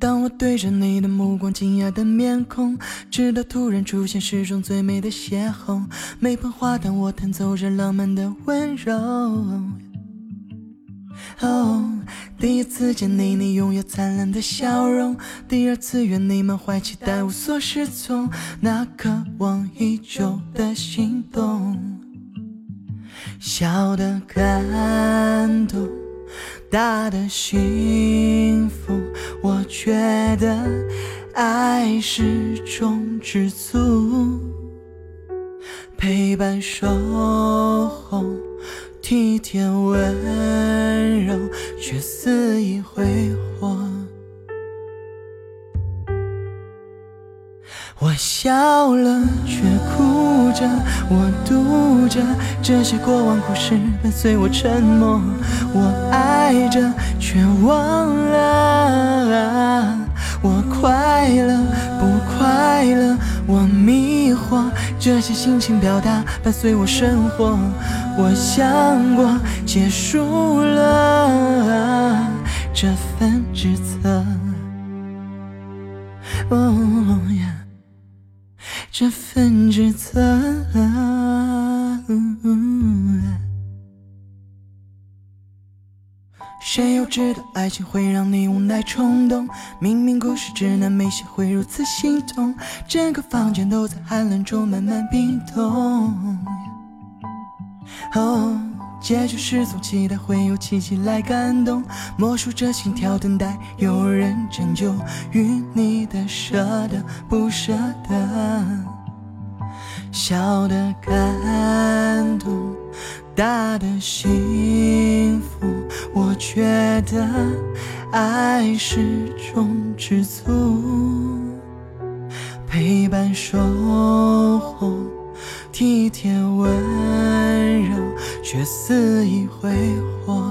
当我对着你的目光惊讶的面孔，直到突然出现世中最美的邂逅。每盆花当我弹奏着浪漫的温柔。第一次见你，你拥有灿烂的笑容；第二次约你满怀期待，无所适从。那渴望已久的心动，小的感动，大的幸福。我觉得爱是种知足，陪伴守候，体贴温柔，却肆意挥霍。我笑了却哭着，我读着这些过往故事，伴随我沉默。我爱着却忘了，我快乐不快乐，我迷惑，这些心情表达伴随我生活。我想过结束了这份指责，这份指责。谁又知道爱情会让你无奈冲动？明明故事只能没写会如此心痛，整个房间都在寒冷中慢慢冰冻。结局是从期待会有奇迹来感动，默数着心跳等待有人拯救，与你的舍得不舍得，小的感动，大的幸福。我觉得爱是种知足，陪伴守候，体贴温柔，却肆意挥霍。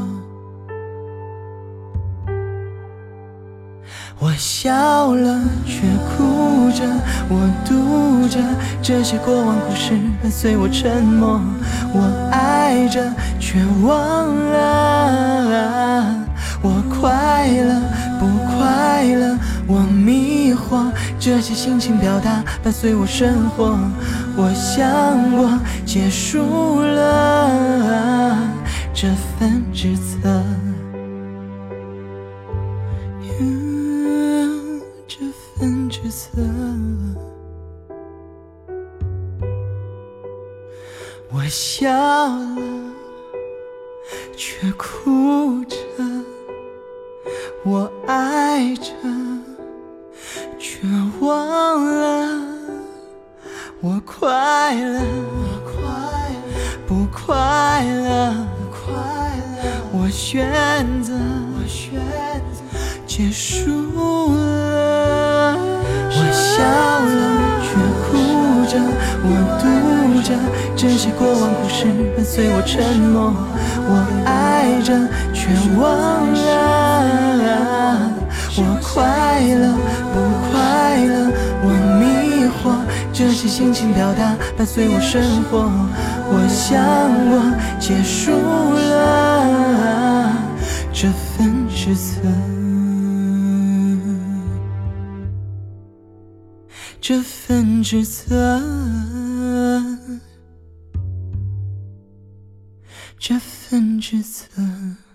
我笑了却哭着，我读着这些过往故事，伴随我沉默。我爱着却忘了，我快乐不快乐，我迷惑，这些心情表达伴随我生活。我想过结束了这份指责，这份指责。我笑了却哭着，我爱着却忘了，我快乐不快乐，我选择结束了。我笑了却哭着，我读着这些过往故事，伴随我沉默。我爱着却忘了，我快乐不快乐，我迷惑，这些心情表达伴随我生活。我想过结束了这份指责，这份指责，这份指责。